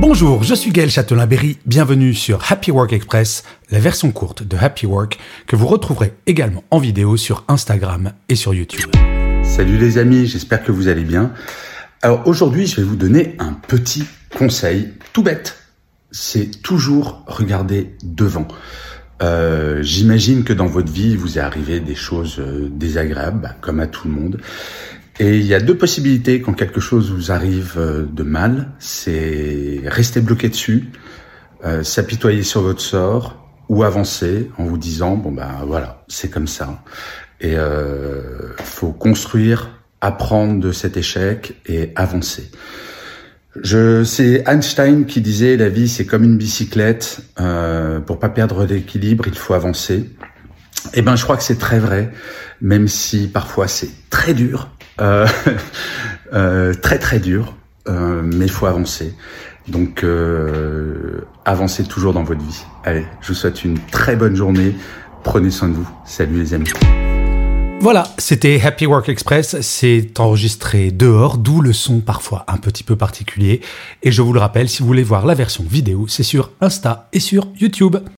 Bonjour, je suis Gaël Châtelain-Berry, bienvenue sur Happy Work Express, la version courte de Happy Work que vous retrouverez également en vidéo sur Instagram et sur YouTube. Salut les amis, j'espère que vous allez bien. Alors aujourd'hui, je vais vous donner un petit conseil tout bête. C'est toujours regarder devant. J'imagine que dans votre vie, il vous est arrivé des choses désagréables, comme à tout le monde. Et il y a deux possibilités quand quelque chose vous arrive de mal, c'est rester bloqué dessus, s'apitoyer sur votre sort ou avancer en vous disant bon voilà, c'est comme ça. Et faut construire, apprendre de cet échec et avancer. C'est Einstein qui disait la vie c'est comme une bicyclette, pour pas perdre l'équilibre, il faut avancer. Et je crois que c'est très vrai, même si parfois c'est très dur. Très dur, mais il faut avancer. Donc avancez toujours dans votre vie. Allez, je vous souhaite une très bonne journée. Prenez soin de vous. Salut les amis. Voilà, c'était Happy Work Express, c'est enregistré dehors, d'où le son parfois un petit peu particulier. Et je vous le rappelle, si vous voulez voir la version vidéo, c'est sur Insta et sur YouTube.